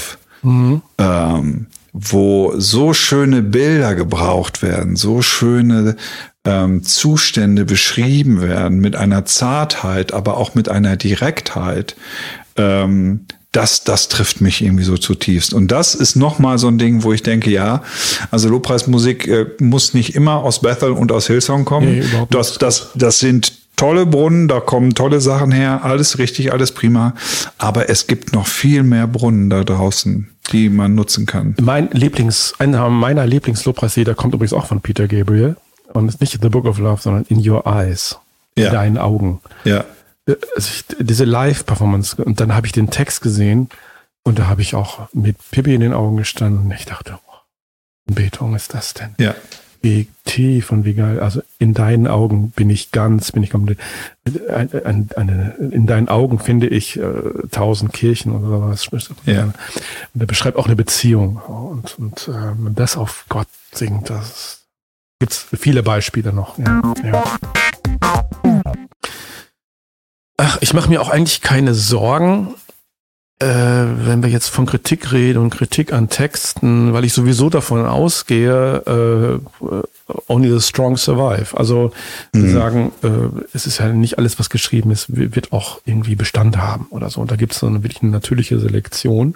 Wo so schöne Bilder gebraucht werden, so schöne Zustände beschrieben werden, mit einer Zartheit, aber auch mit einer Direktheit, das trifft mich irgendwie so zutiefst. Und das ist nochmal so ein Ding, wo ich denke, ja, also Lobpreismusik muss nicht immer aus Bethel und aus Hillsong kommen. Nee, das sind tolle Brunnen, da kommen tolle Sachen her, alles richtig, alles prima. Aber es gibt noch viel mehr Brunnen da draußen, die man nutzen kann. Einer meiner Lieblingslobpreislieder kommt übrigens auch von Peter Gabriel. Und ist nicht The Book of Love, sondern In Your Eyes. In deinen Augen. Ja. Also diese Live-Performance. Und dann habe ich den Text gesehen und da habe ich auch mit Pippi in den Augen gestanden. Und ich dachte, oh, Betung ist das denn? Ja. Wie tief und wie geil. Also in deinen Augen bin ich komplett. In deinen Augen finde ich 1000 Kirchen oder was. Ja. Und er beschreibt auch eine Beziehung. Und wenn das auf Gott singt, das gibt's viele Beispiele noch. Ja. Ach, ich mache mir auch eigentlich keine Sorgen, wenn wir jetzt von Kritik reden und Kritik an Texten, weil ich sowieso davon ausgehe, only the strong survive. Also wir sagen, es ist ja nicht alles, was geschrieben ist, wird auch irgendwie Bestand haben oder so. Und da gibt es so wirklich eine natürliche Selektion.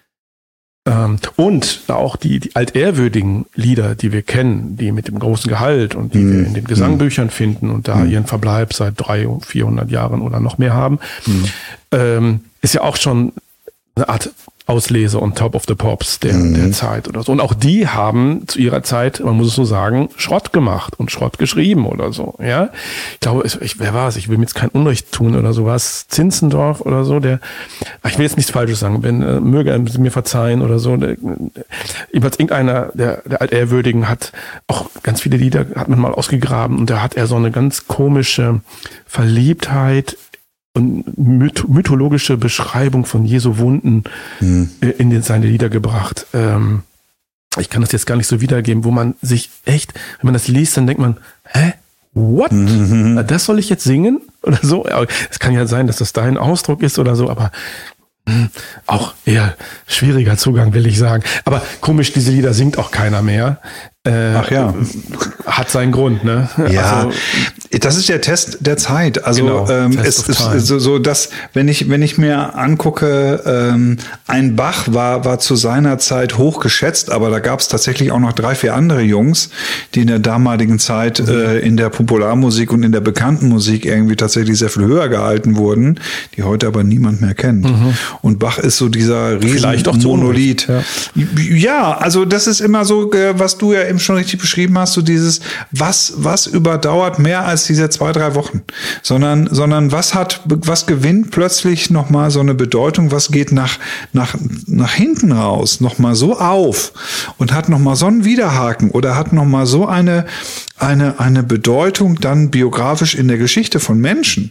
Und auch die altehrwürdigen Lieder, die wir kennen, die mit dem großen Gehalt und die wir in den Gesangbüchern finden und da ihren Verbleib seit 300, 400 Jahren oder noch mehr haben, ist ja auch schon eine Art Auslese on top of the pops der Zeit oder so. Und auch die haben zu ihrer Zeit, man muss es so sagen, Schrott gemacht und Schrott geschrieben oder so. Ja, ich glaube, wer war es? Ich will mir jetzt kein Unrecht tun oder so. Was Zinzendorf oder so? Ich will jetzt nichts Falsches sagen. Möge er mir verzeihen oder so. Jedenfalls irgendeiner der Altehrwürdigen hat auch ganz viele Lieder hat man mal ausgegraben und da hat er so eine ganz komische Verliebtheit und mythologische Beschreibung von Jesu Wunden in seine Lieder gebracht. Ich kann das jetzt gar nicht so wiedergeben, wo man sich echt, wenn man das liest, dann denkt man, what? Das soll ich jetzt singen? Oder so? Es kann ja sein, dass das dein Ausdruck ist oder so, aber auch eher schwieriger Zugang, will ich sagen. Aber komisch, diese Lieder singt auch keiner mehr. Ach ja. Hat seinen Grund, ne? Ja, also, das ist der Test der Zeit. Also genau, es ist so, dass wenn ich mir angucke, ein Bach war zu seiner Zeit hoch geschätzt, aber da gab es tatsächlich auch noch 3, 4 andere Jungs, die in der damaligen Zeit in der Popularmusik und in der bekannten Musik irgendwie tatsächlich sehr viel höher gehalten wurden, die heute aber niemand mehr kennt. Und Bach ist so dieser riesen Monolith. Ja, also das ist immer so, was du ja eben schon richtig beschrieben hast, so dieses, was überdauert mehr als diese 2, 3 Wochen, sondern was gewinnt plötzlich nochmal so eine Bedeutung, was geht nach hinten raus, nochmal so auf und hat nochmal so einen Widerhaken oder hat nochmal so eine Bedeutung dann biografisch in der Geschichte von Menschen.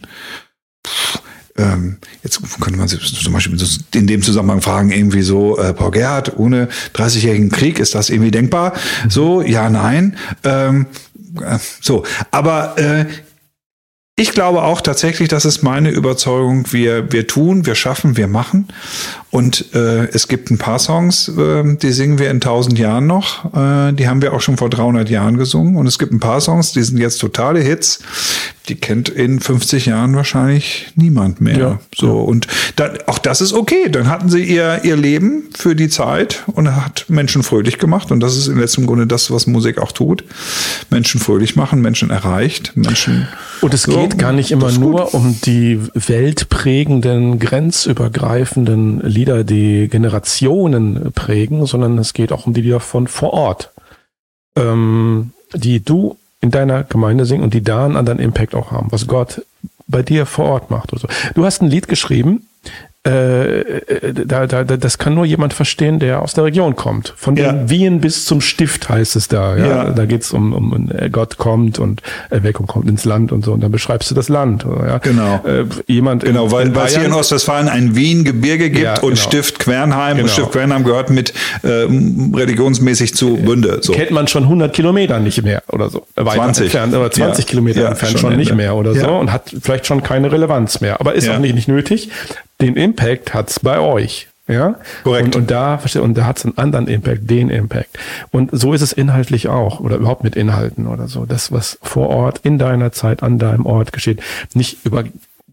Jetzt könnte man sich zum Beispiel in dem Zusammenhang fragen, irgendwie so, Paul Gerhardt, ohne 30-jährigen Krieg, ist das irgendwie denkbar? So, ja, nein. So, aber ich glaube auch tatsächlich, das ist meine Überzeugung, wir tun, wir schaffen, wir machen. Und es gibt ein paar Songs, die singen wir in 1000 Jahren noch. Die haben wir auch schon vor 300 Jahren gesungen. Und es gibt ein paar Songs, die sind jetzt totale Hits. Die kennt in 50 Jahren wahrscheinlich niemand mehr. Ja, so. Und dann, auch das ist okay. Dann hatten sie ihr Leben für die Zeit und hat Menschen fröhlich gemacht. Und das ist im letzten Grunde das, was Musik auch tut. Menschen fröhlich machen, Menschen erreicht, Menschen. Und es geht gar nicht immer nur um die weltprägenden, grenzübergreifenden Lieder, die Generationen prägen, sondern es geht auch um die Lieder von vor Ort, die du in deiner Gemeinde singen und die da einen anderen Impact auch haben, was Gott bei dir vor Ort macht. Oder so. Du hast ein Lied geschrieben, das kann nur jemand verstehen, der aus der Region kommt. Von den Wien bis zum Stift heißt es da. Ja? Da geht es um Gott kommt und Erweckung kommt ins Land und so. Und dann beschreibst du das Land. Oder, ja? Genau. Weil es hier in Ostwestfalen ein Wien-Gebirge gibt und Stift Quernheim. Und Stift Quernheim gehört mit religionsmäßig zu Bünde. So. Kennt man schon 100 Kilometer nicht mehr oder so. 20. Entfernt, aber 20 Kilometer entfernt schon nicht mehr oder so. Und hat vielleicht schon keine Relevanz mehr. Aber ist auch nicht nötig. Den Impact hat's bei euch, ja? Korrekt. Und da hat's einen anderen Impact, den Impact. Und so ist es inhaltlich auch, oder überhaupt mit Inhalten oder so. Das, was vor Ort, in deiner Zeit, an deinem Ort geschieht, nicht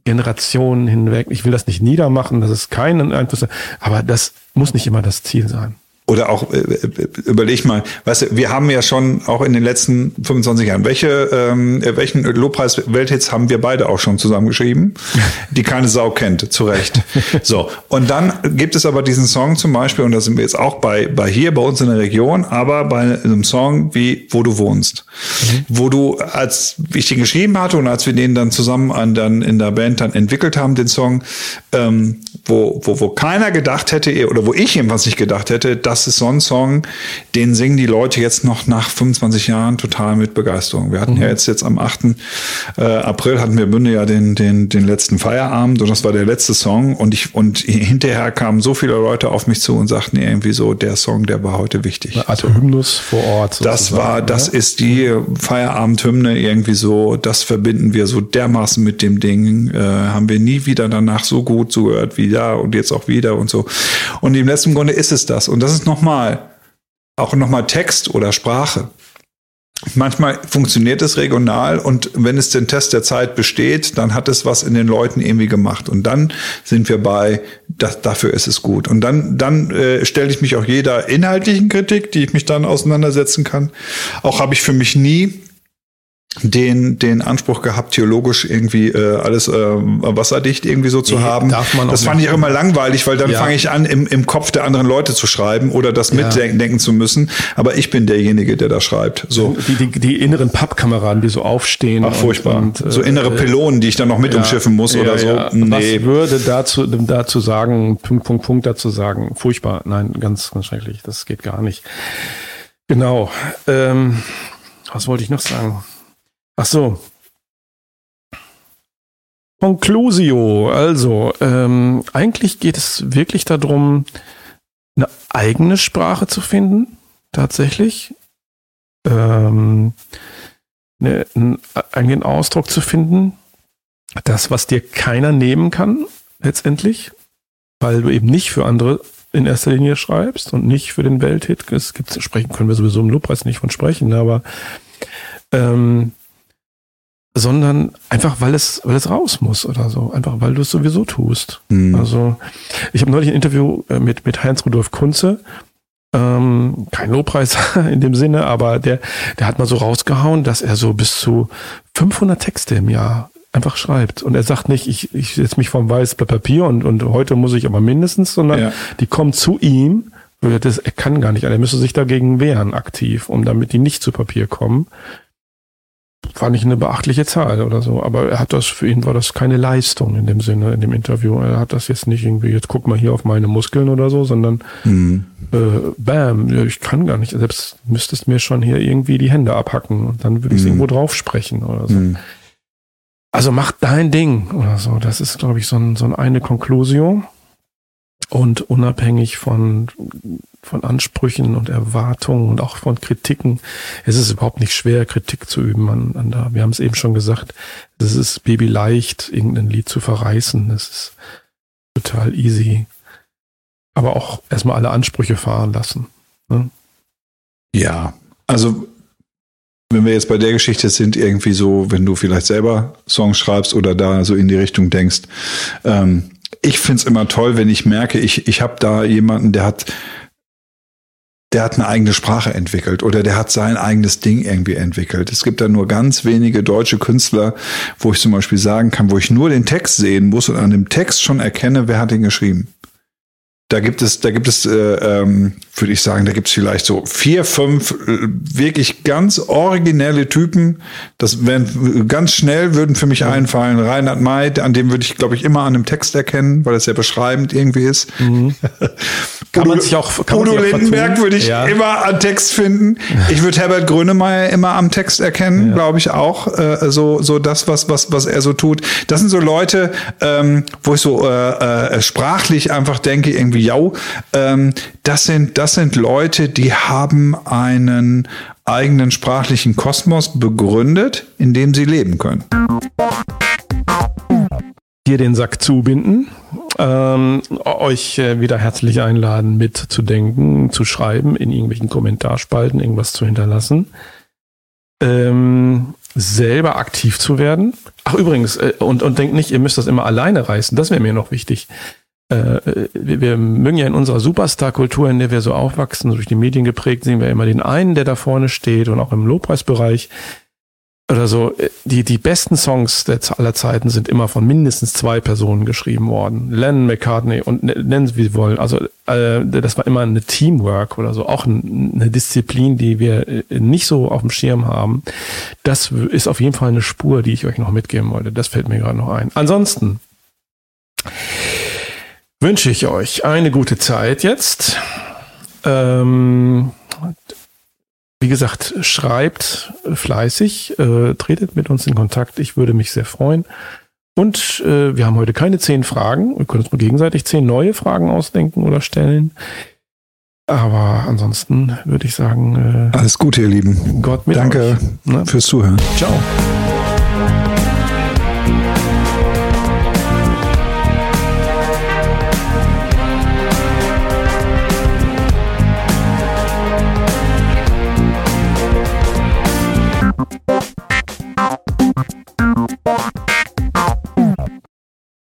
Generationen hinweg. Ich will das nicht niedermachen, das ist keinen Einfluss, aber das muss nicht immer das Ziel sein. Oder auch, überleg mal, weißt du, wir haben ja schon auch in den letzten 25 Jahren, welchen Lobpreis-Welthits haben wir beide auch schon zusammengeschrieben, die keine Sau kennt, zu Recht. So, und dann gibt es aber diesen Song zum Beispiel, und da sind wir jetzt auch bei hier bei uns in der Region, aber bei einem Song wie Wo du wohnst. Wo du, als ich den geschrieben hatte und als wir den dann zusammen dann in der Band dann entwickelt haben, den Song, wo keiner gedacht hätte, oder wo ich jedenfalls nicht gedacht hätte, das ist so ein Song, den singen die Leute jetzt noch nach 25 Jahren total mit Begeisterung. Wir hatten ja jetzt am 8. April hatten wir Bünde ja den letzten Feierabend und das war der letzte Song und hinterher kamen so viele Leute auf mich zu und sagten irgendwie so, der Song, der war heute wichtig. Eine Art Hymnus vor Ort. Das ist die Feierabendhymne irgendwie so, das verbinden wir so dermaßen mit dem Ding, haben wir nie wieder danach so gut zugehört wie da und jetzt auch wieder und so. Und im letzten Grunde ist es das. Und das ist nochmal Text oder Sprache. Manchmal funktioniert es regional und wenn es den Test der Zeit besteht, dann hat es was in den Leuten irgendwie gemacht. Und dann sind wir dafür ist es gut. Und dann stelle ich mich auch jeder inhaltlichen Kritik, die ich mich dann auseinandersetzen kann. Auch habe ich für mich nie den Anspruch gehabt, theologisch irgendwie alles wasserdicht irgendwie so zu haben. Das fand ich auch immer langweilig, weil dann fange ich an, im Kopf der anderen Leute zu schreiben oder das mitdenken zu müssen. Aber ich bin derjenige, der da schreibt. So. Die inneren Pappkameraden, die so aufstehen. Ach, furchtbar. Und, so innere Pylonen, die ich dann noch mit umschiffen muss oder so. Ja. Nee. Was würde dazu sagen, Punkt dazu sagen? Furchtbar. Nein, ganz, ganz schrecklich. Das geht gar nicht. Genau. Was wollte ich noch sagen? Ach so. Conclusio. Also, eigentlich geht es wirklich darum, eine eigene Sprache zu finden, tatsächlich. Einen eigenen Ausdruck zu finden. Das, was dir keiner nehmen kann, letztendlich. Weil du eben nicht für andere in erster Linie schreibst und nicht für den Welthit. Können wir sowieso im Lobpreis nicht von sprechen, aber sondern einfach, weil es raus muss oder so. Einfach, weil du es sowieso tust. Also, ich habe neulich ein Interview mit Heinz-Rudolf Kunze. Kein Lobpreis in dem Sinne, aber der hat mal so rausgehauen, dass er so bis zu 500 Texte im Jahr einfach schreibt. Und er sagt nicht, ich setze mich vorm weißes Blatt Papier und heute muss ich aber mindestens, sondern die kommen zu ihm. Er kann gar nicht, er müsste sich dagegen wehren aktiv, damit die nicht zu Papier kommen. Fand ich eine beachtliche Zahl oder so, aber für ihn war das keine Leistung in dem Sinne, in dem Interview. Er hat das jetzt nicht irgendwie, jetzt guck mal hier auf meine Muskeln oder so, sondern ich kann gar nicht, selbst müsstest mir schon hier irgendwie die Hände abhacken und dann würde ich irgendwo drauf sprechen oder so. Also mach dein Ding oder so. Das ist, glaube ich, so eine Conclusio. Und unabhängig von Ansprüchen und Erwartungen und auch von Kritiken, es ist überhaupt nicht schwer, Kritik zu üben. Wir haben es eben schon gesagt, es ist babyleicht, irgendein Lied zu verreißen. Das ist total easy. Aber auch erstmal alle Ansprüche fahren lassen. Ne? Ja, also wenn wir jetzt bei der Geschichte sind, irgendwie so, wenn du vielleicht selber Songs schreibst oder da so in die Richtung denkst, ich find's immer toll, wenn ich merke, ich habe da jemanden, der hat eine eigene Sprache entwickelt oder der hat sein eigenes Ding irgendwie entwickelt. Es gibt da nur ganz wenige deutsche Künstler, wo ich zum Beispiel sagen kann, wo ich nur den Text sehen muss und an dem Text schon erkenne, wer hat ihn geschrieben. Da gibt es, würde ich sagen, da gibt es vielleicht so 4, 5 wirklich ganz originelle Typen. Das wären ganz schnell, würden für mich einfallen. Reinhard May, an dem würde ich, glaube ich, immer an einem Text erkennen, weil das sehr beschreibend irgendwie ist. Udo Lindenberg würde ich immer an Text finden. Ich würde Herbert Grönemeyer immer am Text erkennen, glaube ich auch. So das, was er so tut. Das sind so Leute, wo ich so sprachlich einfach denke, irgendwie, das sind Leute, die haben einen eigenen sprachlichen Kosmos begründet, in dem sie leben können. Hier den Sack zubinden, euch wieder herzlich einladen, mitzudenken, zu schreiben, in irgendwelchen Kommentarspalten irgendwas zu hinterlassen. selber aktiv zu werden. Ach übrigens, und denkt nicht, ihr müsst das immer alleine reißen, das wäre mir noch wichtig. Wir mögen ja in unserer Superstar-Kultur, in der wir so aufwachsen, durch die Medien geprägt, sehen wir immer den einen, der da vorne steht und auch im Lobpreisbereich oder so. Die besten Songs aller Zeiten sind immer von mindestens 2 Personen geschrieben worden. Lennon, McCartney und nennen Sie wie Sie wollen. Also das war immer eine Teamwork oder so, auch eine Disziplin, die wir nicht so auf dem Schirm haben. Das ist auf jeden Fall eine Spur, die ich euch noch mitgeben wollte. Das fällt mir gerade noch ein. Ansonsten wünsche ich euch eine gute Zeit jetzt. Wie gesagt, schreibt fleißig, tretet mit uns in Kontakt. Ich würde mich sehr freuen. Und wir haben heute keine 10 Fragen. Wir können uns mal gegenseitig 10 neue Fragen ausdenken oder stellen. Aber ansonsten würde ich sagen... alles Gute, ihr Lieben. Gott mit Danke euch. fürs Zuhören. Ciao.